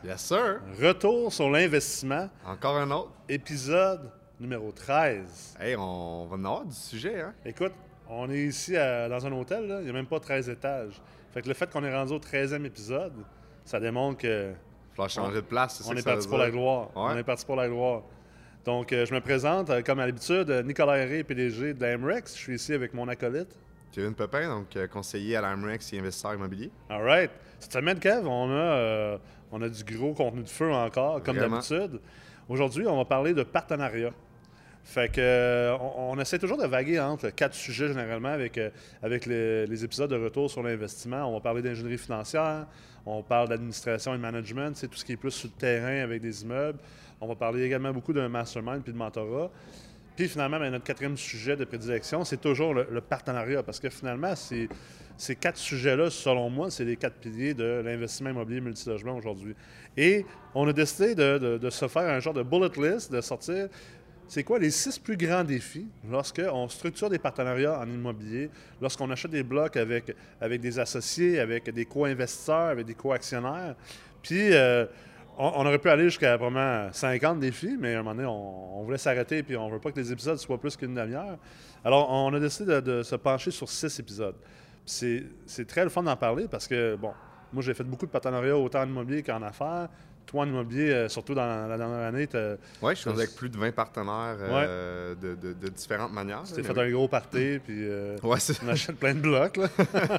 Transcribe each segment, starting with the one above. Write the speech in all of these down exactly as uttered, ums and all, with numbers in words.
Yes, sir. Retour sur l'investissement. Encore un autre. Épisode numéro treize. Hey, on va en avoir du sujet, hein? Écoute, on est ici à- dans un hôtel, là. Il n'y a même pas treize étages. Fait que le fait qu'on est rendu au treizième épisode, ça démontre que Il va changer de place, c'est ça on que est ça parti veut pour dire. la gloire. Ouais. On est parti pour la gloire. Donc, euh, je me présente, euh, comme à l'habitude, euh, Nicolas Herré, P D G de la M R E X. Je suis ici avec mon acolyte. Kevin Pepin, donc euh, conseiller à la M R E X et investisseur immobilier. All right. Cette semaine, Kev, on a, euh, on a du gros contenu de feu encore, comme Vraiment. d'habitude. Aujourd'hui, on va parler de partenariat. Fait que euh, on, on essaie toujours de vaguer entre quatre sujets généralement avec, euh, avec les, les épisodes de retour sur l'investissement. On va parler d'ingénierie financière, on parle d'administration et de management, c'est tout ce qui est plus sur le terrain avec des immeubles. On va parler également beaucoup d'un mastermind puis de mentorat. Puis finalement, ben, notre quatrième sujet de prédilection, c'est toujours le, le partenariat. Parce que finalement, c'est, ces quatre sujets-là, selon moi, c'est les quatre piliers de l'investissement immobilier multilogement aujourd'hui. Et on a décidé de, de- de se faire un genre de bullet list, de sortir, c'est quoi les six plus grands défis lorsqu'on structure des partenariats en immobilier, lorsqu'on achète des blocs avec, avec des associés, avec des co-investisseurs, avec des co-actionnaires. Puis, euh, on, on aurait pu aller jusqu'à vraiment cinquante défis, mais à un moment donné, on, on voulait s'arrêter puis on veut pas que les épisodes soient plus qu'une demi-heure. Alors, on a décidé de, de se pencher sur six épisodes. Puis C'est, c'est très le fun d'en parler parce que, bon, moi, j'ai fait beaucoup de partenariats autant en immobilier qu'en affaires. Toi, en immobilier, euh, surtout dans la dernière année, tu Oui, je suis rendu avec plus de vingt partenaires euh, de, de- de différentes manières. t'es là, fait mais un gros party, puis euh, oui. Ouais, c'est on achète plein de blocs. Là.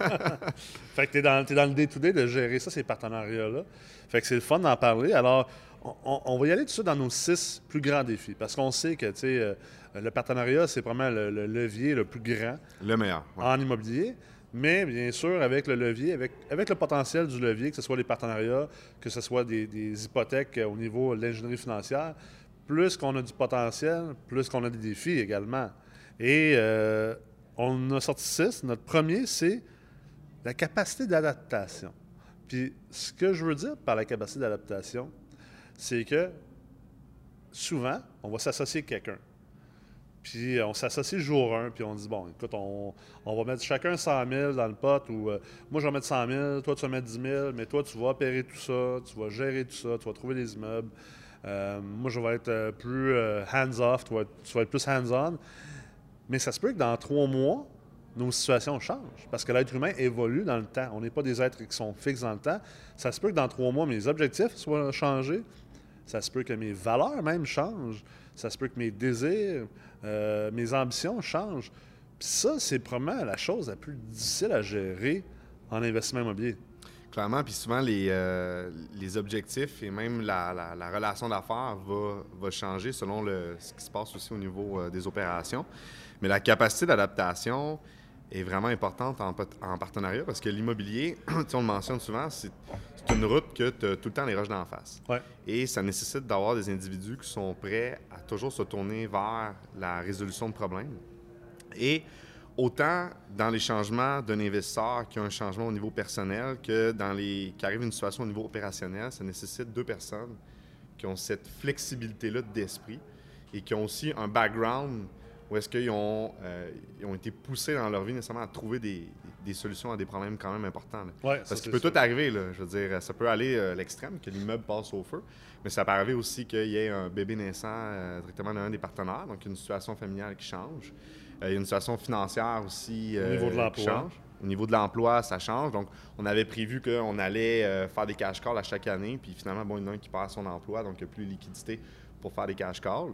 Fait que t'es dans, t'es dans le day-to-day de gérer ça, ces partenariats-là. Fait que c'est le fun d'en parler. Alors, on, on- on va y aller tout de suite dans nos six plus grands défis. Parce qu'on sait que, tu sais, euh, le partenariat, c'est vraiment le, le levier le plus grand le meilleur. ouais. en immobilier. Mais bien sûr, avec le levier, avec, avec le potentiel du levier, que ce soit les partenariats, que ce soit des, des hypothèques euh, au niveau de l'ingénierie financière, plus qu'on a du potentiel, plus qu'on a des défis également. Et euh, on en a sorti six. Notre premier, c'est la capacité d'adaptation. Puis ce que je veux dire par la capacité d'adaptation, c'est que souvent, on va s'associer avec quelqu'un. Puis euh, on s'associe le jour un, puis on dit, bon, écoute, on, on va mettre chacun cent mille dans le pot, ou euh, moi je vais mettre cent mille, toi tu vas mettre dix mille, mais toi tu vas opérer tout ça, tu vas gérer tout ça, tu vas trouver les immeubles. Euh, moi je vais être euh, plus euh, hands-off, tu vas, être- tu vas être plus hands-on. Mais ça se peut que dans trois mois, nos situations changent, parce que l'être humain évolue dans le temps. On n'est pas des êtres qui sont fixes dans le temps. Ça se peut que dans trois mois, mes objectifs soient changés. Ça se peut que mes valeurs même changent. Ça se peut que mes désirs, euh, mes ambitions changent. Puis ça, c'est probablement la chose la plus difficile à gérer en investissement immobilier. Clairement, puis souvent, les, euh, les objectifs et même la, la- la relation d'affaires va, va changer selon le, ce qui se passe aussi au niveau euh, des opérations. Mais la capacité d'adaptation est vraiment importante en, pot- en partenariat parce que l'immobilier, tu sais, on le mentionne souvent, c'est c'est une route que tu as tout le temps les roches d'en face. Ouais. Et ça nécessite d'avoir des individus qui sont prêts à toujours se tourner vers la résolution de problèmes. Et autant dans les changements d'un investisseur qui a un changement au niveau personnel que dans les qui arrive une situation au niveau opérationnel, ça nécessite deux personnes qui ont cette flexibilité-là d'esprit et qui ont aussi un background où est-ce qu'ils ont, euh, ils ont été poussés dans leur vie nécessairement à trouver des, des solutions à des problèmes quand même importants. là. Ouais, ça, Parce c'est qu'il peut sûr. tout arriver, là. Je veux dire, ça peut aller à l'extrême, que l'immeuble passe au feu, mais ça peut arriver aussi qu'il y ait un bébé naissant euh, directement d'un des partenaires, donc une situation familiale qui change. Euh, il y a une situation financière aussi euh, Au niveau de qui l'emploi. change. Au niveau de l'emploi, ça change. Donc, on avait prévu qu'on allait euh, faire des cash calls à chaque année, puis finalement, bon, il y en a un qui perd son emploi, donc il n'y a plus de liquidité pour faire des cash calls.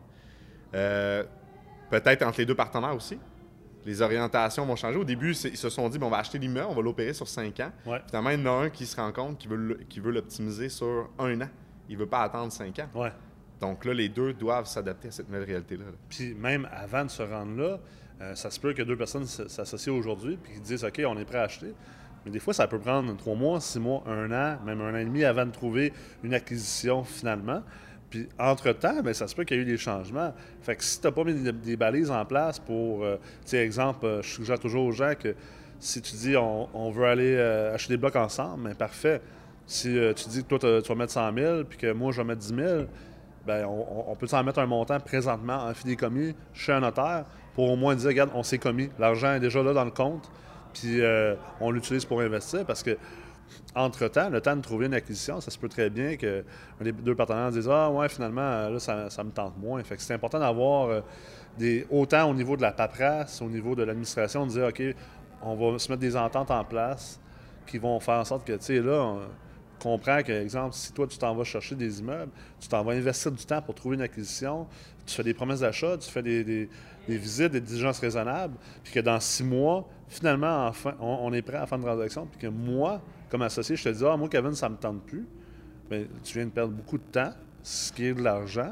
Euh, Peut-être entre les deux partenaires aussi. Les orientations vont changer. Au début, c'est- ils se sont dit, bon, on va acheter l'immeuble, on va l'opérer sur cinq ans. Ouais. Finalement, il y en a un qui se rend compte qu'il veut, le- qu'il veut l'optimiser sur un an. Il ne veut pas attendre cinq ans. Ouais. Donc là, les deux doivent s'adapter à cette nouvelle réalité-là. là. Puis même avant de se rendre là, euh, ça se peut que deux personnes s- s'associent aujourd'hui puis qu'ils disent OK, on est prêt à acheter. Mais des fois, ça peut prendre trois mois, six mois, un an, même un an et demi avant de trouver une acquisition finalement. Puis entre-temps, ben, ça se peut qu'il y ait eu des changements. Fait que si tu n'as pas mis des, des balises en place pour, euh, tu sais, exemple, euh, je suggère toujours aux gens que si tu dis on, on veut aller euh, acheter des blocs ensemble, bien parfait. Si euh, tu dis que toi, t'as- tu vas mettre cent mille puis que moi, je vais mettre dix mille, ben, on, on peut s'en mettre un montant présentement en fidéicommis chez un notaire pour au moins dire, regarde, on s'est commis, l'argent est déjà là dans le compte, puis euh, on l'utilise pour investir parce que entre-temps, le temps de trouver une acquisition, ça se peut très bien qu'un des deux partenaires dise « Ah, ouais, finalement, là, ça, ça me tente moins. » Fait que c'est important d'avoir euh, des, autant au niveau de la paperasse, au niveau de l'administration, de dire « OK, on va se mettre des ententes en place qui vont faire en sorte que, tu sais, là, on comprend que, exemple, si toi, tu t'en vas chercher des immeubles, tu t'en vas investir du temps pour trouver une acquisition, tu fais des promesses d'achat, tu fais des, des, des visites, des diligences raisonnables, puis que dans six mois, finalement, enfin, on, on est prêt à faire une transaction, puis que moi, comme associé, je te dis « Ah, moi, Kevin, ça ne me tente plus. » Bien, tu viens de perdre beaucoup de temps, ce qui est de l'argent.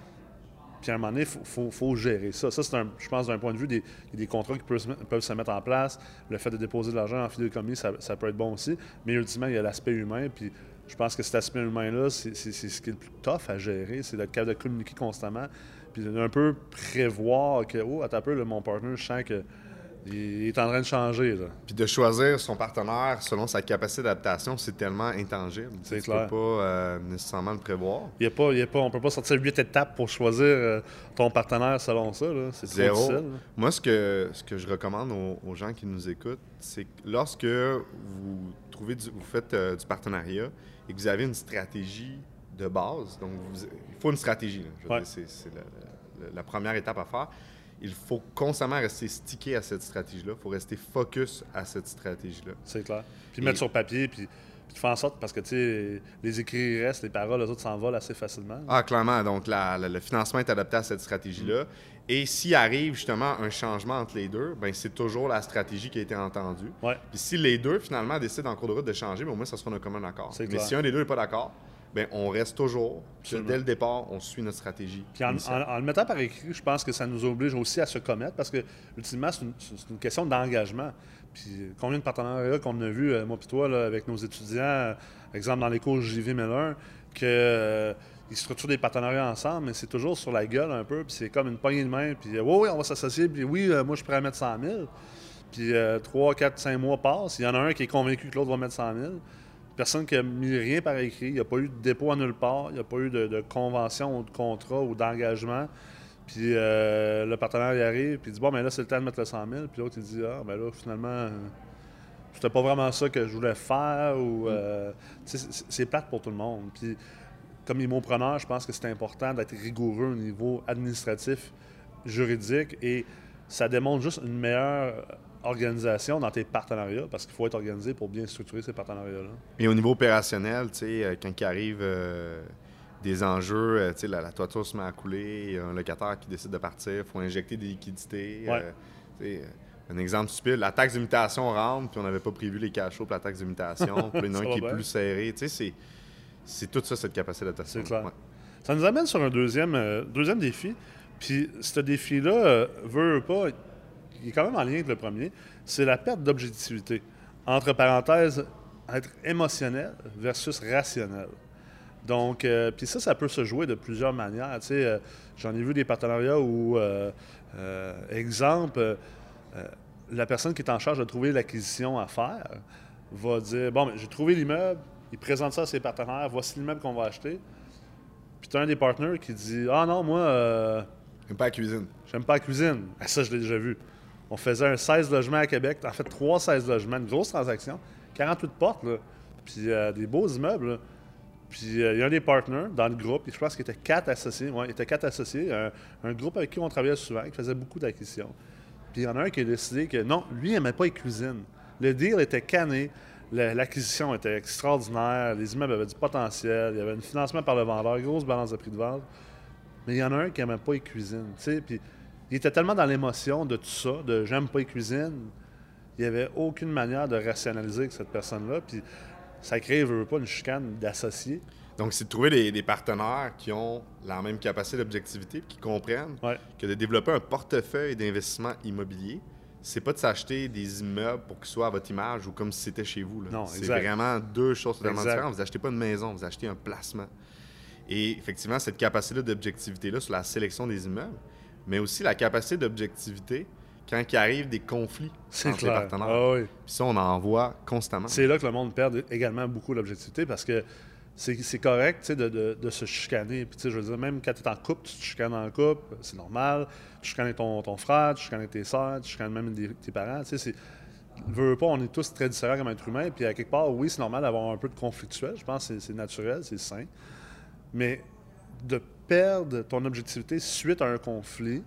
Puis à un moment donné, il faut, faut, faut gérer ça. Ça, c'est, un, je pense, d'un point de vue, des, des contrats qui peuvent se, peuvent se mettre en place. Le fait de déposer de l'argent en fidélicommis, ça, ça peut être bon aussi. Mais ultimement, il y a l'aspect humain. Puis je pense que cet aspect humain-là, c'est, c'est, c'est ce qui est le plus tough à gérer. C'est d'être capable de communiquer constamment. Puis d'un peu prévoir que, oh, attends un peu, là, mon partner, je sens que il est en train de changer. Là. Puis de choisir son partenaire selon sa capacité d'adaptation, c'est tellement intangible. C'est tu clair. peux pas euh, nécessairement le prévoir. Il y a pas, il y a pas, on ne peut pas sortir huit étapes pour choisir euh, ton partenaire selon ça. Là. C'est trop Zéro. difficile. Là. Moi, ce que, ce que je recommande aux, aux gens qui nous écoutent, c'est que lorsque vous, trouvez du, vous faites euh, du partenariat et que vous avez une stratégie de base, donc vous, il faut une stratégie. Là. Je veux Ouais. dire, c'est, c'est la, la, la première étape à faire. Il faut constamment rester stické à cette stratégie-là. Il faut rester focus à cette stratégie-là. C'est clair. Puis Et- mettre sur papier, puis, puis faire en sorte, parce que, tu sais, les écrits restent, les paroles, les autres s'envolent assez facilement. Ah, clairement. Donc, la- la- le financement est adapté à cette stratégie-là. Et s'il arrive justement un changement entre les deux, ben c'est toujours la stratégie qui a été entendue. Ouais. Puis si les deux, finalement, décident en cours de route de changer, ben, au moins, ça sera un commun accord. C'est Mais clair. si un des deux n'est pas d'accord, ben on reste toujours. Absolument. Dès le départ, on suit notre stratégie. Puis en, initiale. en- en le mettant par écrit, je pense que ça nous oblige aussi à se commettre, parce que, ultimement, c'est une, c'est une question d'engagement. Puis combien de partenariats qu'on a vu, euh, moi et toi, là, avec nos étudiants, euh, exemple dans les cours J V Miller, que euh, ils structurent des partenariats ensemble, mais c'est toujours sur la gueule un peu, puis c'est comme une poignée de main, puis euh, oui, oui, on va s'associer, puis oui, euh, moi je suis prêt à mettre cent mille. Puis euh, trois, quatre, cinq mois passent, il y en a un qui est convaincu que l'autre va mettre cent mille. Personne qui a mis rien par écrit, il n'y a pas eu de dépôt à nulle part, il n'y a pas eu de, de convention ou de contrat ou d'engagement. Puis euh, le partenaire y arrive, puis il dit bon, mais là, c'est le temps de mettre le cent mille. Puis l'autre, il dit ah, ben là, finalement, euh, c'était pas vraiment ça que je voulais faire. Ou, euh, tu sais, c'est, c'est plate pour tout le monde. Puis comme immopreneur, je pense que c'est important d'être rigoureux au niveau administratif, juridique, et ça démontre juste une meilleure organisation dans tes partenariats, parce qu'il faut être organisé pour bien structurer ces partenariats-là. Et au niveau opérationnel, tu sais, euh, quand il arrive euh, des enjeux, euh, tu sais, la, la toiture se met à couler, il y a un locataire qui décide de partir, il faut injecter des liquidités. Ouais. euh, tu sais, euh, un exemple stupide, la taxe d'imitation rentre, puis on n'avait pas prévu les cash flows pour la taxe d'imitation, puis il y en a Ça un va qui bien. est plus serré. Tu sais, c'est, c'est tout ça, cette capacité d'adaptation. C'est clair. Ouais. Ça nous amène sur un deuxième, euh, deuxième défi. Puis ce défi-là, euh, veut, veut pas, il est quand même en lien avec le premier, c'est la perte d'objectivité. Entre parenthèses, être émotionnel versus rationnel. Donc, euh, puis ça, ça peut se jouer de plusieurs manières. Tu sais, euh, j'en ai vu des partenariats où, euh, euh, exemple, euh, euh, la personne qui est en charge de trouver l'acquisition à faire va dire, bon, ben, j'ai trouvé l'immeuble, il présente ça à ses partenaires, voici l'immeuble qu'on va acheter. Puis tu as un des partenaires qui dit, ah non, moi, euh, Même pas la cuisine. j'aime pas la cuisine. Ah, ça, je l'ai déjà vu. On faisait un seize logements à Québec, en fait trois seize logements, une grosse transaction, quarante-huit portes, là, puis euh, des beaux immeubles, là. Puis euh, il y a un des partenaires dans le groupe, et je pense qu'il était quatre associés, ouais, il était quatre associés, un, un groupe avec qui on travaillait souvent, qui faisait beaucoup d'acquisitions. Puis il y en a un qui a décidé que non, lui, il n'aimait pas les cuisines. Le deal était canné, le- l'acquisition était extraordinaire, les immeubles avaient du potentiel, il y avait un financement par le vendeur, grosse balance de prix de vente. Mais il y en a un qui n'aimait pas les cuisines, tu sais, puis il était tellement dans l'émotion de tout ça, de j'aime pas les cuisines, il n'y avait aucune manière de rationaliser avec cette personne-là, puis ça crée, veut, veut pas, une chicane d'associés. Donc, c'est de trouver des, des partenaires qui ont la même capacité d'objectivité, puis qui comprennent Ouais. que de développer un portefeuille d'investissement immobilier, c'est pas de s'acheter des immeubles pour qu'ils soient à votre image ou comme si c'était chez vous. Là. Non, c'est exact. vraiment deux choses totalement Exact. différentes. Vous achetez pas une maison, vous achetez un placement. Et effectivement, cette capacité d'objectivité-là sur la sélection des immeubles, mais aussi la capacité d'objectivité quand il arrive des conflits C'est entre clair. les partenaires. Ah oui. Puis ça, on en voit constamment. C'est là que le monde perd également beaucoup l'objectivité, parce que c'est, c'est correct, tu sais, de, de, de se chicaner. Puis, tu sais, je veux dire, même quand tu es en couple, tu te chicanes en couple, c'est normal. Tu chicanes avec ton, ton frère, tu chicanes avec tes soeurs, tu chicanes même des- tes parents. Tu sais, c'est... Veux, veux pas, on est tous très différents comme être humain, puis à quelque part, oui, c'est normal d'avoir un peu de conflictuel. Je pense que c'est naturel, c'est sain. Mais de perdre ton objectivité suite à un conflit,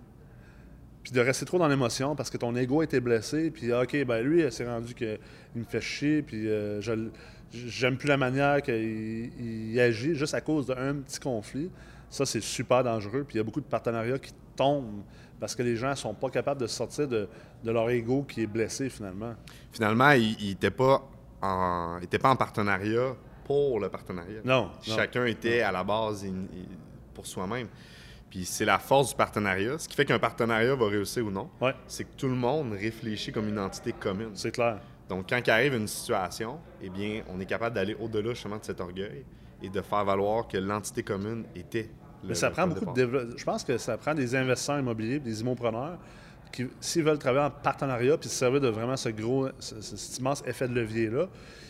puis de rester trop dans l'émotion parce que ton ego a été blessé, puis OK, ben lui, il s'est rendu qu'il me fait chier, puis euh, je j'aime plus la manière qu'il il agit juste à cause d'un petit conflit. Ça, c'est super dangereux. Puis il y a beaucoup de partenariats qui tombent parce que les gens ne sont pas capables de sortir de, de leur ego qui est blessé finalement. Finalement, il n'était pas, en, pas en partenariat pour le partenariat. Non. Chacun non. était à la base in, in, pour soi-même. Puis c'est la force du partenariat. Ce qui fait qu'un partenariat va réussir ou non, ouais. c'est que tout le monde réfléchit comme une entité commune. C'est clair. Donc, quand il arrive une situation, eh bien, on est capable d'aller au-delà justement de cet orgueil et de faire valoir que l'entité commune était le, Mais ça le prend beaucoup de développement. Je pense que ça prend des investisseurs immobiliers, des immopreneurs qui, s'ils veulent travailler en partenariat puis se servir de vraiment ce gros, ce, cet immense effet de levier-là,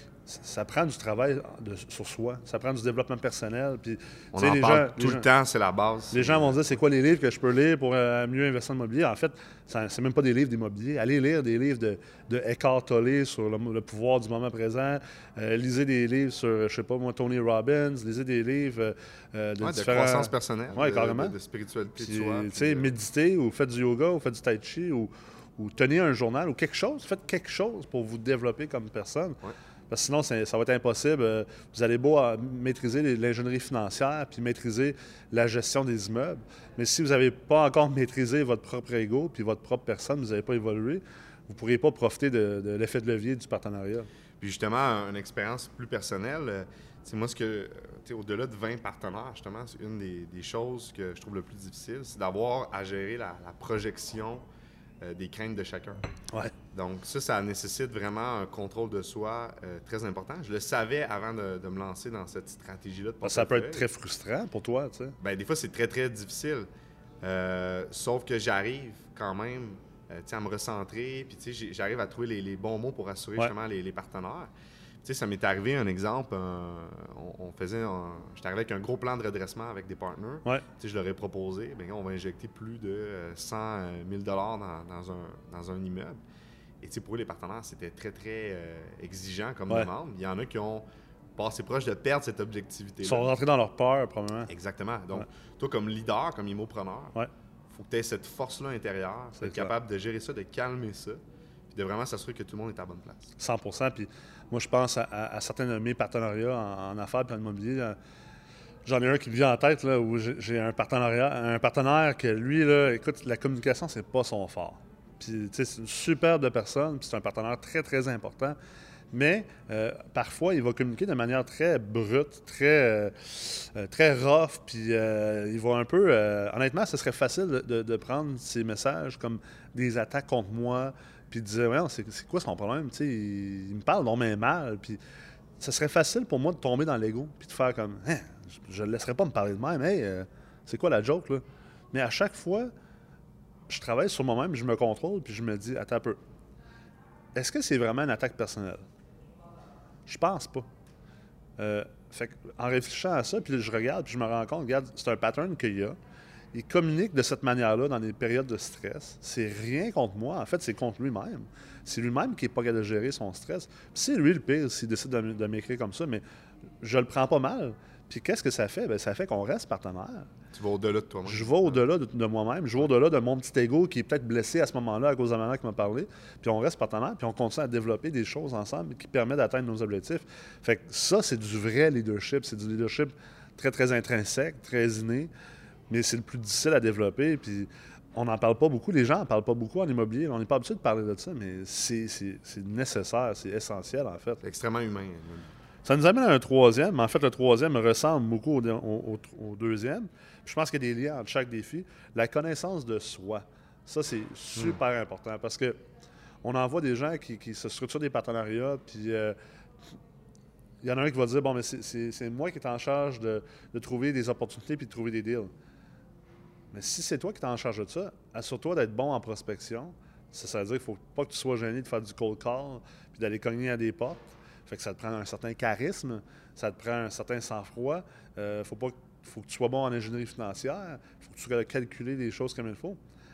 ça prend du travail de, sur soi. Ça prend du développement personnel. Puis, on en les parle gens, tout les le gens, temps, c'est la base. Les gens vont dire, c'est quoi les livres que je peux lire pour euh, mieux investir en immobilier? En fait, ça, c'est même pas des livres d'immobilier. Allez lire des livres de, de Eckhart Tolle sur le, le pouvoir du moment présent. Euh, lisez des livres sur, je sais pas moi, Tony Robbins. Lisez des livres euh, de ouais, différents... de croissance personnelle, ouais, de, carrément. de, de spiritualité puis, de soi. Tu sais, de... méditez ou faites du yoga ou faites du tai chi ou, ou tenez un journal ou quelque chose. Faites quelque chose pour vous développer comme personne. Ouais. Parce que sinon, ça va être impossible. Vous allez beau maîtriser l'ingénierie financière puis maîtriser la gestion des immeubles. Mais si vous n'avez pas encore maîtrisé votre propre ego puis votre propre personne, vous n'avez pas évolué, vous ne pourrez pas profiter de, de l'effet de levier du partenariat. Puis justement, une expérience plus personnelle, c'est moi, ce que, au-delà de vingt partenaires, justement, c'est une des, des choses que je trouve le plus difficile, c'est d'avoir à gérer la, la projection Euh, des craintes de chacun. Ouais. Donc ça, ça nécessite vraiment un contrôle de soi euh, très important. Je le savais avant de, de me lancer dans cette stratégie-là. De ça peut être très frustrant pour toi, tu sais. Bien, des fois, c'est très, très difficile. Euh, sauf que j'arrive quand même euh, à me recentrer, puis j'arrive à trouver les, les bons mots pour assurer ouais. justement les, les partenaires. Tu sais, ça m'est arrivé un exemple, euh, on, on faisait, j'étais arrivé avec un gros plan de redressement avec des partenaires. Ouais. Tu sais, je leur ai proposé, bien, on va injecter plus de cent mille dollars dans, dans, un, dans un immeuble. Et tu sais, pour eux, les partenaires, c'était très, très euh, exigeant comme ouais. demande. Il y en a qui ont passé proche de perdre cette objectivité-là. Ils sont rentrés dans leur peur, probablement. Exactement. Donc, ouais. toi, comme leader, comme immopreneur, il ouais. faut que tu aies cette force-là intérieure, être capable de gérer ça, de calmer ça, puis de vraiment s'assurer que tout le monde est à la bonne place. cent pour cent. Puis moi, je pense à, à, à certains de mes partenariats en, en affaires et en immobilier. J'en ai un qui me vient en tête, là, où j'ai un partenariat, un partenaire que lui, là, écoute, la communication, c'est pas son fort. Puis, tu sais, c'est une superbe personne, puis c'est un partenaire très, très important. Mais euh, parfois, il va communiquer de manière très brute, très, euh, très rough, puis euh, il va un peu... Euh, honnêtement, ce serait facile de, de, de prendre ces messages comme des attaques contre moi, puis de dire, ouais, c'est quoi son problème? Tu sais, il, il me parle non mais mal, puis ce serait facile pour moi de tomber dans l'ego, puis de faire comme, hein, je ne le laisserai pas me parler de même, hey, euh, c'est quoi la joke, là? Mais à chaque fois, je travaille sur moi-même, je me contrôle, puis je me dis, attends un peu, est-ce que c'est vraiment une attaque personnelle? Je pense pas. Euh, fait en réfléchissant à ça, puis je regarde, puis je me rends compte, regarde, c'est un pattern qu'il y a. Il communique de cette manière-là dans des périodes de stress. C'est rien contre moi. En fait, c'est contre lui-même. C'est lui-même qui n'est pas capable de gérer son stress. Puis c'est lui le pire s'il décide de, de m'écrire comme ça, mais je le prends pas mal. Puis qu'est-ce que ça fait? Bien, ça fait qu'on reste partenaire. Tu vas au-delà de toi-même. Je vais au-delà de, de moi-même. Je vais au-delà de mon petit ego qui est peut-être blessé à ce moment-là à cause de la manière qui m'a parlé. Puis on reste partenaire, puis on continue à développer des choses ensemble qui permettent d'atteindre nos objectifs. Fait que ça, c'est du vrai leadership. C'est du leadership très, très intrinsèque, très inné. Mais c'est le plus difficile à développer, puis on n'en parle pas beaucoup. Les gens n'en parlent pas beaucoup en immobilier. On n'est pas habitué de parler de ça, mais c'est nécessaire, c'est essentiel, en fait. Extrêmement humain. Ça nous amène à un troisième, mais en fait, le troisième ressemble beaucoup au, au, au deuxième. Puis je pense qu'il y a des liens entre chaque défi. La connaissance de soi, ça, c'est super mmh. important, parce que on en voit des gens qui, qui se structurent des partenariats, puis... Euh, il y en a un qui va dire, bon, mais c'est moi qui est en charge de, de trouver des opportunités puis de trouver des deals. Mais si c'est toi qui es en charge de ça, assure-toi d'être bon en prospection. Ça, ça veut dire qu'il ne faut pas que tu sois gêné de faire du cold call puis d'aller cogner à des portes. Fait que ça te prend un certain charisme, ça te prend un certain sang-froid. Il euh, faut, pas, faut que tu sois bon en ingénierie financière, il faut que tu calculer les choses comme il faut.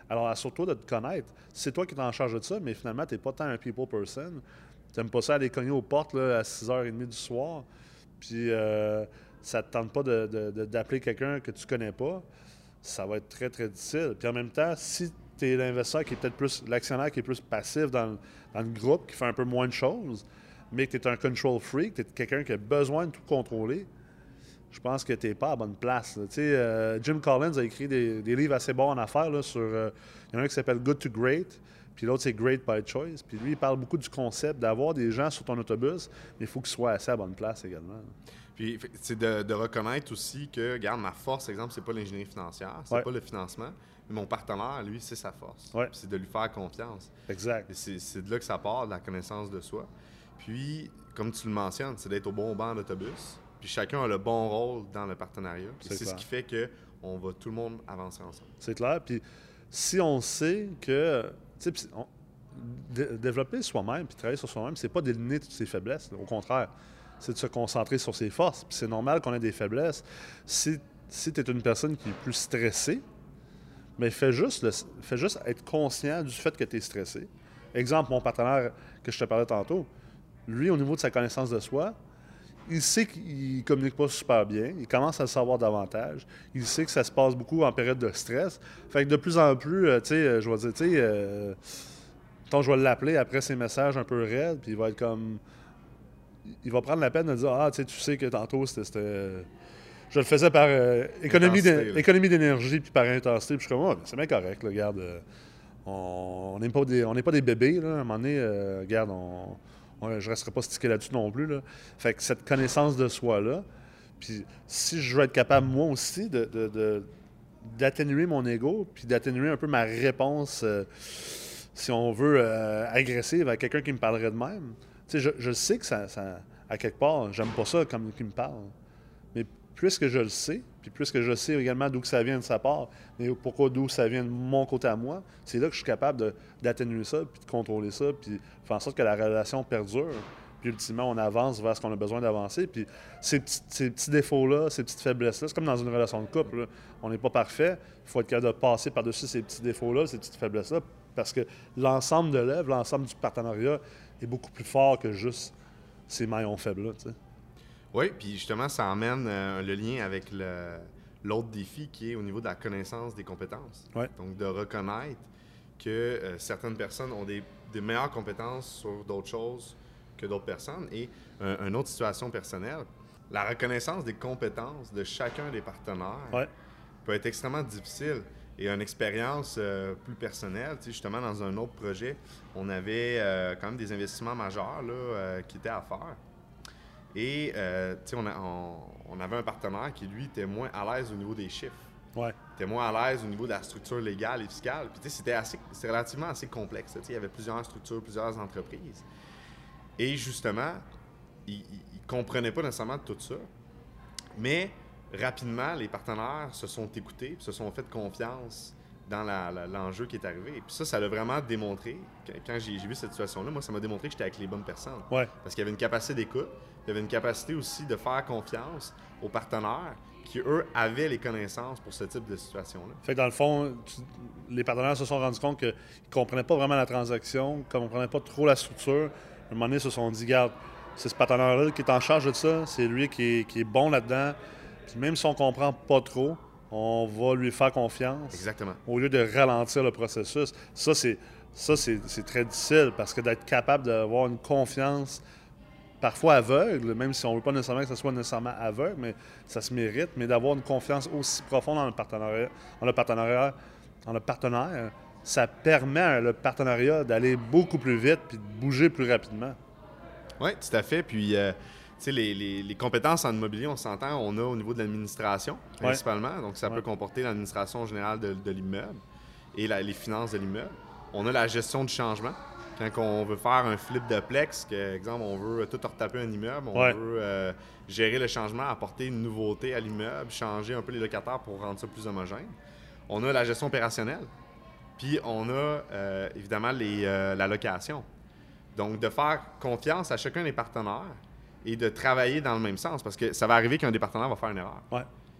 Alors, assure-toi de te connaître. C'est toi qui es en charge de ça, mais finalement, tu n'es pas tant un people person. Tu n'aimes pas ça aller cogner aux portes là, à six heures trente du soir, puis euh, ça ne te tente pas de, de, de, d'appeler quelqu'un que tu ne connais pas. Ça va être très, très difficile. Puis en même temps, si tu es l'investisseur qui est peut-être plus, l'actionnaire qui est plus passif dans le, dans le groupe, qui fait un peu moins de choses, mais que tu es un control freak, tu es quelqu'un qui a besoin de tout contrôler, je pense que tu n'es pas à la bonne place. Tu sais, euh, Jim Collins a écrit des, des livres assez bons en affaires là, sur... Euh, il y en a un qui s'appelle Good to Great, puis l'autre, c'est Great by Choice. Puis lui, il parle beaucoup du concept d'avoir des gens sur ton autobus, mais il faut qu'ils soient assez à la bonne place également. Puis c'est de, de reconnaître aussi que, regarde, ma force, exemple, c'est pas l'ingénierie financière, c'est ouais. pas le financement, mais mon partenaire, lui, c'est sa force. Ouais. C'est de lui faire confiance. Exact. Et c'est, c'est de là que ça part, de la connaissance de soi. Puis, comme tu le mentionnes, c'est d'être au bon banc d'autobus. Puis chacun a le bon rôle dans le partenariat. Puis c'est, c'est ce qui fait qu'on va tout le monde avancer ensemble. C'est clair. Puis si on sait que... Tu sais, on, dé- développer soi-même puis travailler sur soi-même, c'est pas d'éliminer toutes ses faiblesses. Au contraire, c'est de se concentrer sur ses forces. Puis c'est normal qu'on ait des faiblesses. Si, si tu es une personne qui est plus stressée, mais fais juste, le, fais juste être conscient du fait que tu es stressé. Exemple, mon partenaire que je te parlais tantôt, lui, au niveau de sa connaissance de soi, il sait qu'il ne communique pas super bien. Il commence à le savoir davantage. Il sait que ça se passe beaucoup en période de stress. Fait que de plus en plus, euh, tu sais, je vais dire, tu sais, euh, je vais l'appeler après ses messages un peu raides, puis il va être comme... Il va prendre la peine de dire « Ah, tu sais, tu sais que tantôt, c'était... c'était... » Je le faisais par euh, économie, économie d'énergie puis par intensité. Puis je suis comme, oh, c'est bien correct, là, regarde. Euh, on n'est pas, pas des bébés, là. À un moment donné, euh, regarde, on, on, je ne resterai pas stické là-dessus non plus. Là. Fait que cette connaissance de soi-là, puis si je veux être capable, moi aussi, de, de, de, d'atténuer mon ego, puis d'atténuer un peu ma réponse, euh, si on veut, euh, agressive à quelqu'un qui me parlerait de même. Tu sais, je, je sais que ça, ça, à quelque part, j'aime pas ça comme qu'il me parle. Mais puisque je le sais, puis puisque je sais également d'où que ça vient de sa part, mais pourquoi d'où ça vient de mon côté à moi, c'est là que je suis capable de, d'atténuer ça, puis de contrôler ça, puis faire en sorte que la relation perdure. Puis ultimement, on avance vers ce qu'on a besoin d'avancer. Puis ces petits, ces petits défauts-là, ces petites faiblesses-là, c'est comme dans une relation de couple. Là. On n'est pas parfait. Il faut être capable de passer par-dessus ces petits défauts-là, ces petites faiblesses-là, parce que l'ensemble de l'œuvre, l'ensemble du partenariat est beaucoup plus fort que juste ces maillons faibles-là, tu sais. Oui, puis justement, ça emmène euh, le lien avec le, l'autre défi qui est au niveau de la connaissance des compétences. Ouais. Donc, de reconnaître que euh, certaines personnes ont des, des meilleures compétences sur d'autres choses que d'autres personnes. Et euh, une autre situation personnelle, la reconnaissance des compétences de chacun des partenaires ouais. peut être extrêmement difficile. Et une expérience euh, plus personnelle, tu sais, justement, dans un autre projet, on avait euh, quand même des investissements majeurs là, euh, qui étaient à faire. Et euh, tu sais, on, on, on avait un partenaire qui, lui, était moins à l'aise au niveau des chiffres. Ouais. Il était moins à l'aise au niveau de la structure légale et fiscale. Puis tu sais, c'était, assez, c'était relativement assez complexe. Tu sais, il y avait plusieurs structures, plusieurs entreprises. Et justement, il ne comprenait pas nécessairement tout ça. Mais rapidement, les partenaires se sont écoutés, se sont fait confiance dans la, la, l'enjeu qui est arrivé. Et puis ça, ça l'a vraiment démontré. Quand j'ai, j'ai vu cette situation-là, moi, ça m'a démontré que j'étais avec les bonnes personnes. Ouais. Parce qu'il y avait une capacité d'écoute, il y avait une capacité aussi de faire confiance aux partenaires qui, eux, avaient les connaissances pour ce type de situation-là. Fait que dans le fond, tu, les partenaires se sont rendus compte qu'ils ne comprenaient pas vraiment la transaction, qu'ils ne comprenaient pas trop la structure. À un moment donné, ils se sont dit, regarde, c'est ce partenaire-là qui est en charge de ça, c'est lui qui est, qui est bon là-dedans. Puis même si on ne comprend pas trop, on va lui faire confiance. Exactement. Au lieu de ralentir le processus. Ça, c'est, ça, c'est, c'est très difficile parce que d'être capable d'avoir une confiance parfois aveugle, même si on ne veut pas nécessairement que ce soit nécessairement aveugle, mais ça se mérite, mais d'avoir une confiance aussi profonde dans le partenariat, dans le partenariat, dans le partenaire, ça permet à le partenariat d'aller beaucoup plus vite puis de bouger plus rapidement. Oui, tout à fait. Puis, euh, tu sais, les, les, les compétences en immobilier, on s'entend, on a au niveau de l'administration, principalement. Ouais. Donc, ça ouais. peut comporter l'administration générale de, de l'immeuble et la, les finances de l'immeuble. On a la gestion du changement. Quand on veut faire un flip de plex, que, exemple, on veut tout retaper un immeuble, on ouais. veut euh, gérer le changement, apporter une nouveauté à l'immeuble, changer un peu les locataires pour rendre ça plus homogène. On a la gestion opérationnelle. Puis, on a euh, évidemment les, euh, la location. Donc, de faire confiance à chacun des partenaires et de travailler dans le même sens, parce que ça va arriver qu'un des partenaires va faire une erreur. Ouais.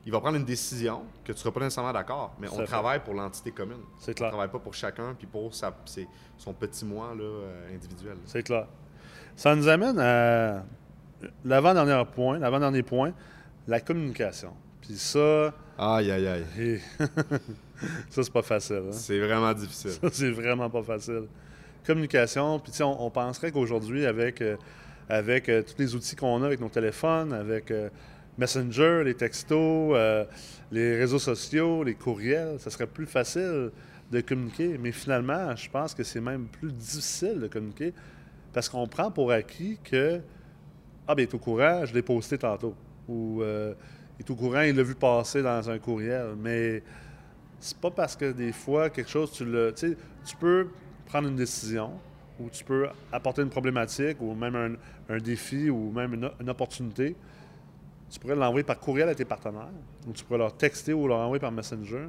il va prendre une décision que tu ne seras pas nécessairement d'accord, mais on fait. travaille pour l'entité commune. C'est On clair. ne travaille pas pour chacun puis pour sa, ses, son petit moi là, euh, individuel. C'est clair. Ça nous amène à l'avant-dernier point, l'avant-dernier point, la communication. Puis ça... Aïe, aïe, aïe. Et... ça, c'est pas facile. Hein? C'est vraiment difficile. Ça, c'est vraiment pas facile. Communication, puis tu sais, on, on penserait qu'aujourd'hui, avec, euh, avec euh, tous les outils qu'on a avec nos téléphones, avec euh, Messenger, les textos, euh, les réseaux sociaux, les courriels, ça serait plus facile de communiquer. Mais finalement, je pense que c'est même plus difficile de communiquer parce qu'on prend pour acquis que « Ah, bien, il est au courant, je l'ai posté tantôt. » Ou euh, « Il est au courant, il l'a vu passer dans un courriel. » Mais c'est pas parce que des fois, quelque chose, tu le... Tu sais, tu peux prendre une décision ou tu peux apporter une problématique ou même un, un défi ou même une, une opportunité. Tu pourrais l'envoyer par courriel à tes partenaires ou tu pourrais leur texter ou leur envoyer par Messenger.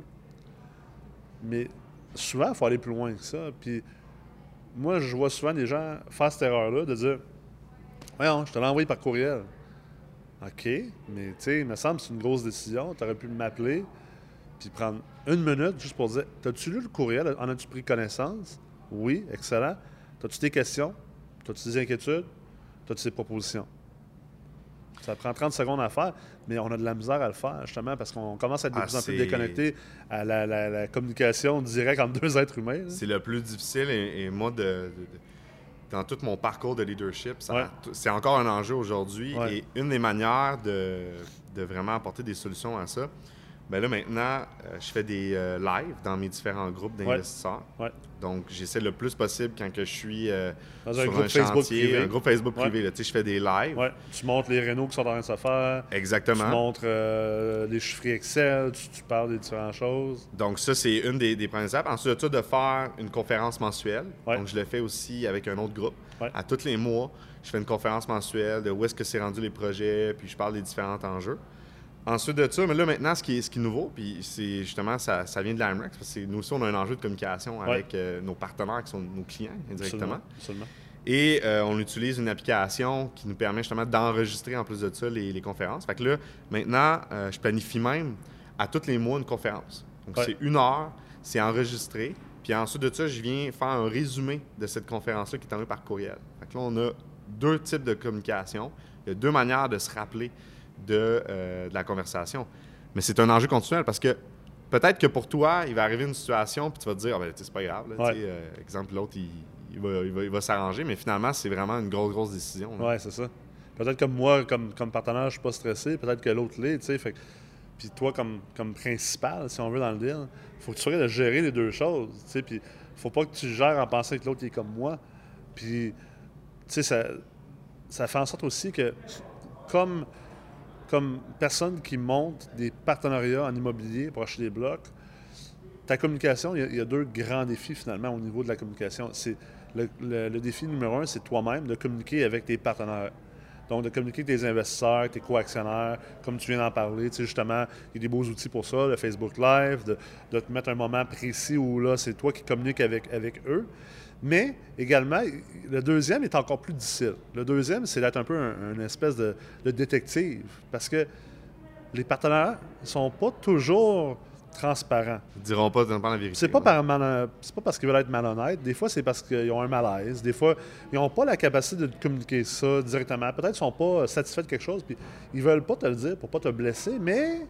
Mais souvent, il faut aller plus loin que ça. Puis moi, je vois souvent des gens faire cette erreur-là de dire « Voyons, je te l'ai envoyé par courriel. » OK, mais tu sais, il me semble que c'est une grosse décision. Tu aurais pu m'appeler puis prendre une minute juste pour dire « T'as-tu lu le courriel? En as-tu pris connaissance? » Oui, excellent. T'as-tu des questions? T'as-tu des inquiétudes? T'as-tu des propositions? Ça prend trente secondes à faire, mais on a de la misère à le faire, justement, parce qu'on commence à être de Ah, plus en plus c'est- déconnecté à la, la- la communication directe entre deux êtres humains. là. C'est le plus difficile et, et moi, de, de- de- dans tout mon parcours de leadership, ça- Ouais. c'est encore un enjeu aujourd'hui. Ouais. Et une des manières de, de vraiment apporter des solutions à ça, ben là maintenant, euh, je fais des euh, lives dans mes différents groupes d'investisseurs. Ouais. Donc, j'essaie le plus possible quand que je suis euh, Dans sur un groupe un Facebook chantier, privé. un groupe Facebook Ouais. privé. Là, tu sais, je fais des lives. Ouais. Tu montres les rénaux qui sont en train de se faire. Tu Exactement. montres euh, les chiffres Excel, tu, tu parles des différentes choses. Donc ça, c'est une des, des premières étapes. Ensuite de ça, de faire une conférence mensuelle. Ouais. Donc je le fais aussi avec un autre groupe. Ouais. À tous les mois, je fais une conférence mensuelle de où est-ce que c'est rendu les projets, puis je parle des différents enjeux. Ensuite de ça, mais là maintenant, ce qui est, ce qui est nouveau, puis c'est justement, ça, ça vient de l'Amrex, parce que nous aussi, on a un enjeu de communication Ouais. avec euh, nos partenaires qui sont nos clients indirectement. Absolument. Absolument. Et euh, on utilise une application qui nous permet justement d'enregistrer en plus de ça les, les conférences. Fait que là, maintenant, euh, je planifie même à tous les mois une conférence. Donc Ouais. c'est une heure, c'est enregistré. Puis ensuite de ça, je viens faire un résumé de cette conférence-là qui est envoyée par courriel. Fait que là, on a deux types de communication. Il y a deux manières de se rappeler de, euh, de la conversation. Mais c'est un enjeu continuel parce que peut-être que pour toi, il va arriver une situation puis tu vas te dire, ah ben, tu sais, c'est pas grave. Là, Ouais. tu sais, euh, exemple, l'autre, il, il va, il va, il va s'arranger. Mais finalement, c'est vraiment une grosse, grosse décision. là. Oui, c'est ça. Peut-être comme moi, comme, comme partenaire, je suis pas stressé. Peut-être que l'autre l'est, tu sais. Fait que- Puis toi, comme, comme principal, si on veut, dans le deal, faut que tu sois de gérer les deux choses, tu sais. Puis faut pas que tu gères en pensant que l'autre est comme moi. Puis, tu sais, ça, ça fait en sorte aussi que, comme, comme personne qui monte des partenariats en immobilier pour acheter des blocs, ta communication, il y, a, il y a deux grands défis finalement au niveau de la communication. C'est le, le- le défi numéro un, c'est toi-même de communiquer avec tes partenaires. Donc, de communiquer avec tes investisseurs, tes co-actionnaires, comme tu viens d'en parler. Tu sais, justement, il y a des beaux outils pour ça, le Facebook Live, de, de te mettre un moment précis où là, c'est toi qui communiques avec, avec eux. Mais également, le deuxième est encore plus difficile. Le deuxième, c'est d'être un peu un, une espèce de, de détective. Parce que les partenaires ne sont pas toujours transparents. Ils diront pas, ils diront pas la vérité. C'est pas, ouais. par mal- c'est pas parce qu'ils veulent être malhonnêtes. Des fois, c'est parce qu'ils ont un malaise. Des fois, ils n'ont pas la capacité de te communiquer ça directement. Peut-être qu'ils sont pas satisfaits de quelque chose, puis ils veulent pas te le dire pour pas te blesser, mais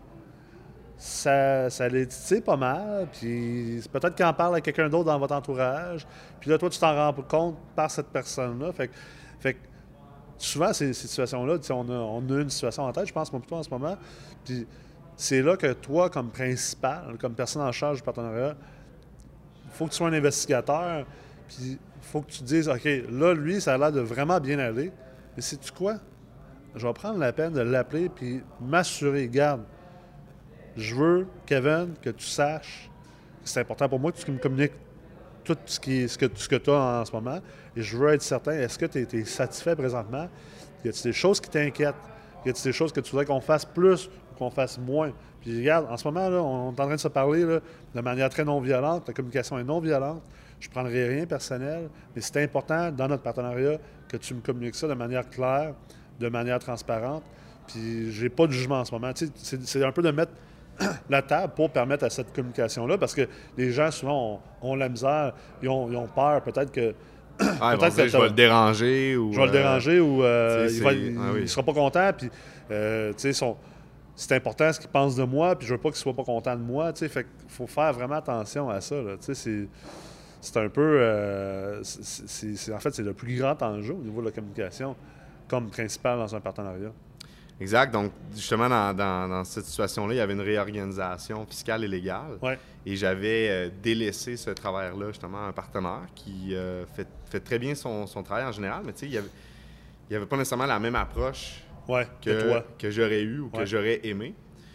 ça, ça les titille pas mal. Puis c'est peut-être qu'ils en parlent à quelqu'un d'autre dans votre entourage. Puis là, toi, tu t'en rends compte par cette personne-là. Fait que, fait que souvent, ces, ces situations-là, tu sais, on a, on a une situation en tête, je pense, moi, plutôt en ce moment. Puis c'est là que toi, comme principal, comme personne en charge du partenariat, il faut que tu sois un investigateur, puis il faut que tu te dises, OK, là, lui, ça a l'air de vraiment bien aller, mais sais-tu quoi? Je vais prendre la peine de l'appeler puis m'assurer, garde, je veux, Kevin, que tu saches que c'est important pour moi que tu me communiques tout ce, qui, ce que, ce que tu as en ce moment, et je veux être certain, est-ce que tu es satisfait présentement? Y a-t-il des choses qui t'inquiètent? Y a-t-il des choses que tu voudrais qu'on fasse plus ou qu'on fasse moins? Puis regarde, en ce moment, là, on est en train de se parler là, de manière très non-violente. La communication est non-violente. Je ne prendrai rien personnel, mais c'est important dans notre partenariat que tu me communiques ça de manière claire, de manière transparente. Puis j'ai pas de jugement en ce moment. Tu sais, c'est, c'est un peu de mettre la table pour permettre à cette communication-là, parce que les gens, souvent, ont, ont la misère, ils ont, ils ont peur, peut-être que... Ah, ils vont se dire, je vais le déranger ou... Je vais le déranger ou euh, il, va, il, ah, oui. il sera pas content, puis euh, tu sais, son... c'est important ce qu'il pense de moi, puis je veux pas qu'il soit pas content de moi, tu sais, fait qu'il faut faire vraiment attention à ça, là, tu sais, c'est... C'est un peu... Euh, c'est, c'est, c'est, en fait, c'est le plus grand enjeu au niveau de la communication comme principal dans un partenariat. Exact. Donc, justement, dans, dans, dans cette situation-là, il y avait une réorganisation fiscale et légale. Ouais. Et j'avais euh, délaissé ce travail-là, justement, à un partenaire qui euh, fait, fait très bien son, son travail en général, mais tu sais, il n'y avait, il avait pas nécessairement la même approche ouais, que, que, toi. que j'aurais eu ou ouais. que j'aurais aimé.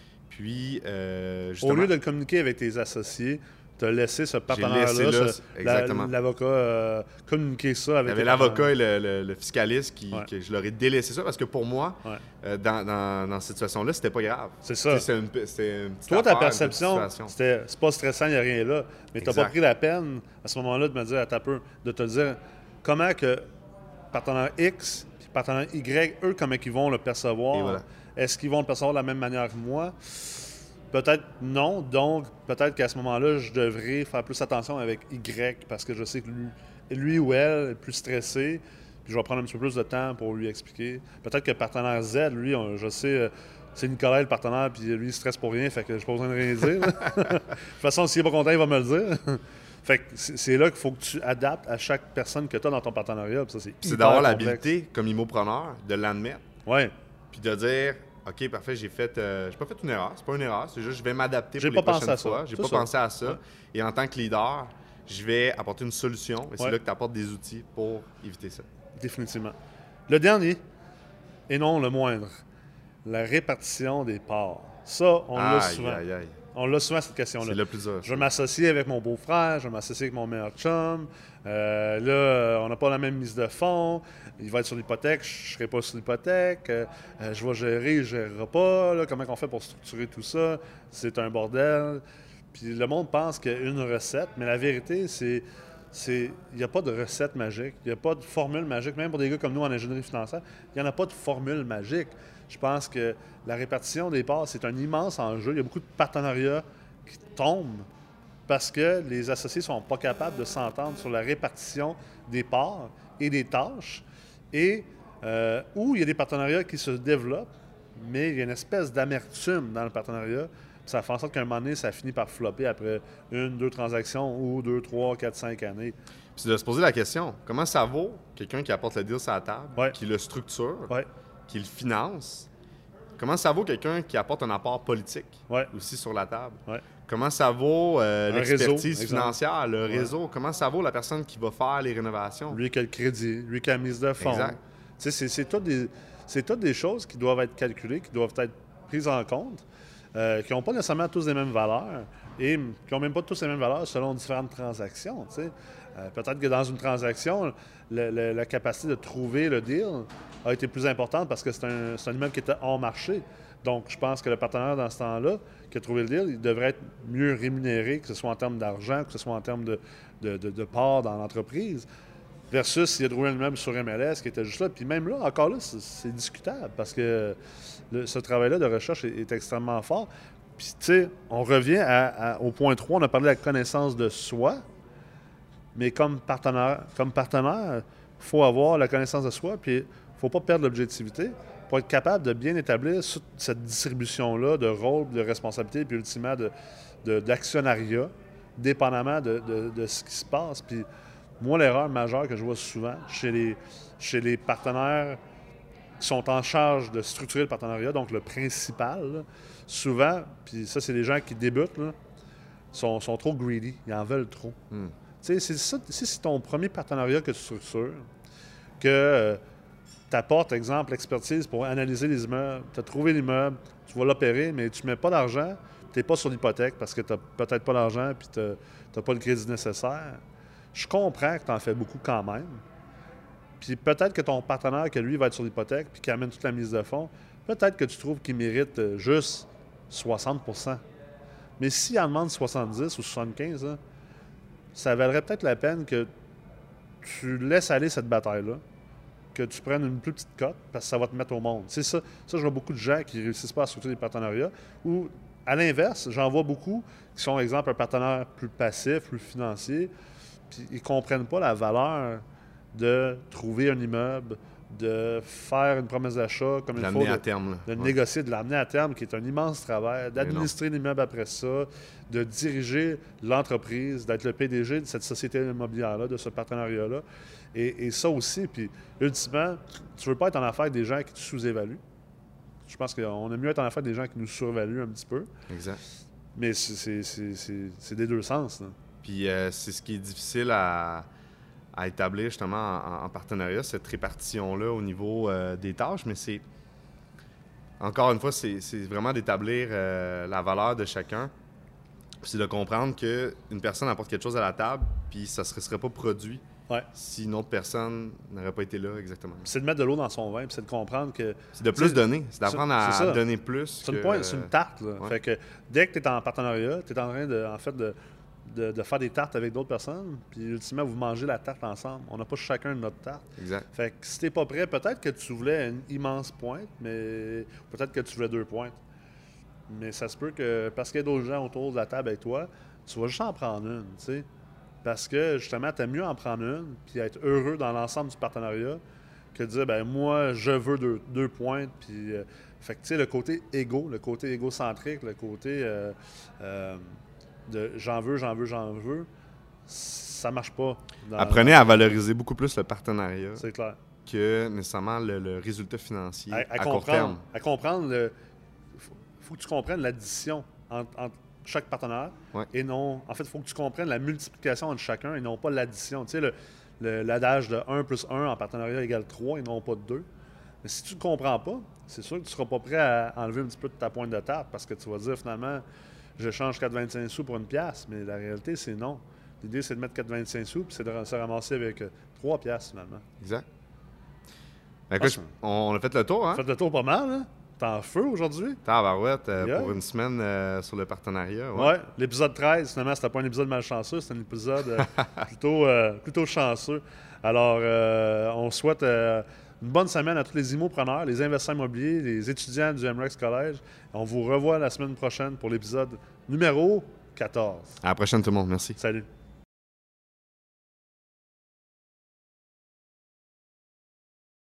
Puis, euh, justement... Au lieu de le communiquer avec tes associés, tu as laissé ce partenaire-là, là, ce, exactement. La, l'avocat, euh, communiquer ça avec... Il y avait l'avocat et le, le, le fiscaliste qui, ouais. que je leur ai délaissé ça parce que pour moi, ouais. euh, dans, dans, dans cette situation-là, c'était pas grave. C'est ça. C'est une, c'est une Toi, affaire, ta perception, c'était, c'est pas stressant, il n'y a rien là. Mais tu n'as pas pris la peine, à ce moment-là, de me dire, à ta peu, de te dire comment que partenaire X et partenaire Y, eux, comment ils vont le percevoir. Voilà. Est-ce qu'ils vont le percevoir de la même manière que moi? Peut-être non, donc peut-être qu'à ce moment-là, je devrais faire plus attention avec Y parce que je sais que lui, lui ou elle est plus stressé, puis je vais prendre un petit peu plus de temps pour lui expliquer. Peut-être que le partenaire Z, lui, on, je sais, c'est Nicolas le partenaire, puis lui, il stresse pour rien, fait que j'ai pas besoin de rien dire. De toute façon, s'il n'est pas content, il va me le dire. Fait que c'est là qu'il faut que tu adaptes à chaque personne que tu as dans ton partenariat. Ça, c'est c'est d'avoir l'habilité, comme immopreneur, de l'admettre. Oui. Puis de dire... OK, parfait, j'ai fait... Euh, j'ai pas fait une erreur. C'est pas une erreur. C'est juste je vais m'adapter pour j'ai les pas prochaines pensé à fois. Ça. J'ai c'est pas ça. pensé à ça. Ouais. Et en tant que leader, je vais apporter une solution. Et c'est ouais. là que tu apportes des outils pour éviter ça. Définitivement. Le dernier, et non le moindre, la répartition des parts. Ça, on aïe, l'a souvent. Aïe, aïe. On l'a souvent, cette question-là. C'est le plus dur. Je vais m'associer avec mon beau-frère, je vais m'associer avec mon meilleur chum. Euh, là, on n'a pas la même mise de fonds. Il va être sur l'hypothèque, je ne serai pas sur l'hypothèque. Euh, je vais gérer, je ne gérerai pas. Là, comment on fait pour structurer tout ça? C'est un bordel. Puis le monde pense qu'il y a une recette, mais la vérité, c'est il n'y a pas de recette magique. Il n'y a pas de formule magique. Même pour des gars comme nous en ingénierie financière, il n'y en a pas de formule magique. Je pense que la répartition des parts, c'est un immense enjeu. Il y a beaucoup de partenariats qui tombent parce que les associés ne sont pas capables de s'entendre sur la répartition des parts et des tâches. Et euh, où il y a des partenariats qui se développent, mais il y a une espèce d'amertume dans le partenariat. Ça fait en sorte qu'à un moment donné, ça finit par flopper après une, deux transactions ou deux, trois, quatre, cinq années. Puis c'est de se poser la question, comment ça vaut quelqu'un qui apporte le deal sur la table, ouais. qui le structure, ouais. qui le finance? Comment ça vaut quelqu'un qui apporte un apport politique ouais. aussi sur la table? Ouais. Comment ça vaut euh, l'expertise réseau, financière, le ouais. réseau? Comment ça vaut la personne qui va faire les rénovations? Lui qui a le crédit, lui qui a la mise de fonds. Exact. C'est, c'est, toutes des, c'est toutes des choses qui doivent être calculées, qui doivent être prises en compte, euh, qui n'ont pas nécessairement tous les mêmes valeurs et qui n'ont même pas tous les mêmes valeurs selon différentes transactions. Euh, peut-être que dans une transaction, le, le, la capacité de trouver le deal a été plus importante parce que c'est un, c'est un immeuble qui était hors marché. Donc, je pense que le partenaire, dans ce temps-là, qui a trouvé le deal, il devrait être mieux rémunéré, que ce soit en termes d'argent, que ce soit en termes de, de, de, de part dans l'entreprise, versus s'il a trouvé un immeuble sur M L S qui était juste là. Puis même là, encore là, c'est, c'est discutable parce que le, ce travail-là de recherche est, est extrêmement fort. Puis, tu sais, on revient à, à, au point trois, on a parlé de la connaissance de soi, mais comme partenaire, comme partenaire, il faut avoir la connaissance de soi, puis il ne faut pas perdre l'objectivité pour être capable de bien établir cette distribution-là de rôle, de responsabilité, puis ultimement de, de, d'actionnariat, dépendamment de, de, de ce qui se passe. Puis moi, l'erreur majeure que je vois souvent chez les, chez les partenaires qui sont en charge de structurer le partenariat, donc le principal, là, souvent, puis ça, c'est les gens qui débutent, là, sont, sont trop greedy, ils en veulent trop. Mm. Tu sais, c'est ça, si c'est ton premier partenariat que tu structures, que euh, tu apportes, exemple, l'expertise pour analyser les immeubles, tu as trouvé l'immeuble, tu vas l'opérer, mais tu ne mets pas d'argent, tu n'es pas sur l'hypothèque parce que tu n'as peut-être pas d'argent puis tu n'as pas le crédit nécessaire. Je comprends que tu en fais beaucoup quand même. Puis peut-être que ton partenaire, que lui, va être sur l'hypothèque puis qu'il amène toute la mise de fonds, peut-être que tu trouves qu'il mérite juste soixante pour cent. Mais s'il en demande soixante-dix ou soixante-quinze, là, ça valerait peut-être la peine que tu laisses aller cette bataille-là, que tu prennes une plus petite cote parce que ça va te mettre au monde. C'est ça. Ça, je vois beaucoup de gens qui ne réussissent pas à structurer des partenariats ou, à l'inverse, j'en vois beaucoup qui sont, par exemple, un partenaire plus passif, plus financier, puis ils ne comprennent pas la valeur de trouver un immeuble, de faire une promesse d'achat comme il faut, L'amener de, à terme. Là. de le Ouais. négocier, de l'amener à terme, qui est un immense travail, d'administrer l'immeuble après ça, de diriger l'entreprise, d'être le P D G de cette société immobilière-là, de ce partenariat-là. Et, et ça aussi, puis ultimement, tu ne veux pas être en affaire avec des gens qui te sous-évaluent. Je pense qu'on aime mieux être en affaire avec des gens qui nous survaluent un petit peu. Exact. Mais c'est, c'est, c'est, c'est des deux sens. Là. Puis euh, c'est ce qui est difficile à, à établir justement en, en partenariat, cette répartition-là au niveau euh, des tâches, mais c'est, encore une fois, c'est, c'est vraiment d'établir euh, la valeur de chacun. Puis c'est de comprendre qu'une personne apporte quelque chose à la table, puis ça ne se serait pas produit Ouais. si une autre personne n'aurait pas été là exactement. C'est de mettre de l'eau dans son vin, puis c'est de comprendre que... C'est de plus donner, c'est d'apprendre c'est, c'est à ça. donner plus. C'est, que, une, point, c'est une tarte. Là. Ouais. Fait que dès que tu es en partenariat, tu es en train de, en fait, de, de, de faire des tartes avec d'autres personnes, puis ultimement, vous mangez la tarte ensemble. On n'a pas chacun notre tarte. Exact. Fait que si t'es pas prêt, peut-être que tu voulais une immense pointe, mais peut-être que tu voulais deux pointes. Mais ça se peut que, parce qu'il y a d'autres gens autour de la table avec toi, tu vas juste en prendre une, tu sais. Parce que, justement, tu aimes mieux en prendre une puis être heureux dans l'ensemble du partenariat que de dire, ben moi, je veux deux, deux pointes. Puis, euh, fait que, tu sais, le côté égo, le côté égocentrique, le côté euh, euh, de j'en veux, j'en veux, j'en veux, ça marche pas. Dans, Apprenez à valoriser beaucoup plus le partenariat c'est clair. que nécessairement le, le résultat financier À, à, à court comprendre, terme. à comprendre le. Faut, faut que tu comprennes l'addition entre, entre chaque partenaire Ouais. et non. En fait, il faut que tu comprennes la multiplication entre chacun et non pas l'addition. Tu sais, le, le, l'adage de un plus un en partenariat égale trois et non pas de deux. Mais si tu ne comprends pas, c'est sûr que tu ne seras pas prêt à enlever un petit peu de ta pointe de tarte parce que tu vas dire finalement, je change quatre virgule vingt-cinq sous pour une pièce. Mais la réalité, c'est non. L'idée, c'est de mettre quatre virgule vingt-cinq sous puis c'est de se ramasser avec trois pièces finalement. Exact. Ben, écoute, Ah, je- on a fait le tour, hein? Faites le tour pas mal, hein? T'es en feu aujourd'hui? Tabarouette, euh, Yeah. pour une semaine euh, sur le partenariat. Ouais. Ouais, l'épisode treize, finalement, c'était pas un épisode malchanceux, c'était un épisode euh, plutôt, euh, plutôt chanceux. Alors, euh, on souhaite euh, une bonne semaine à tous les immopreneurs, les investisseurs immobiliers, les étudiants du M R E X College. On vous revoit la semaine prochaine pour l'épisode numéro quatorze. À la prochaine, tout le monde. Merci. Salut!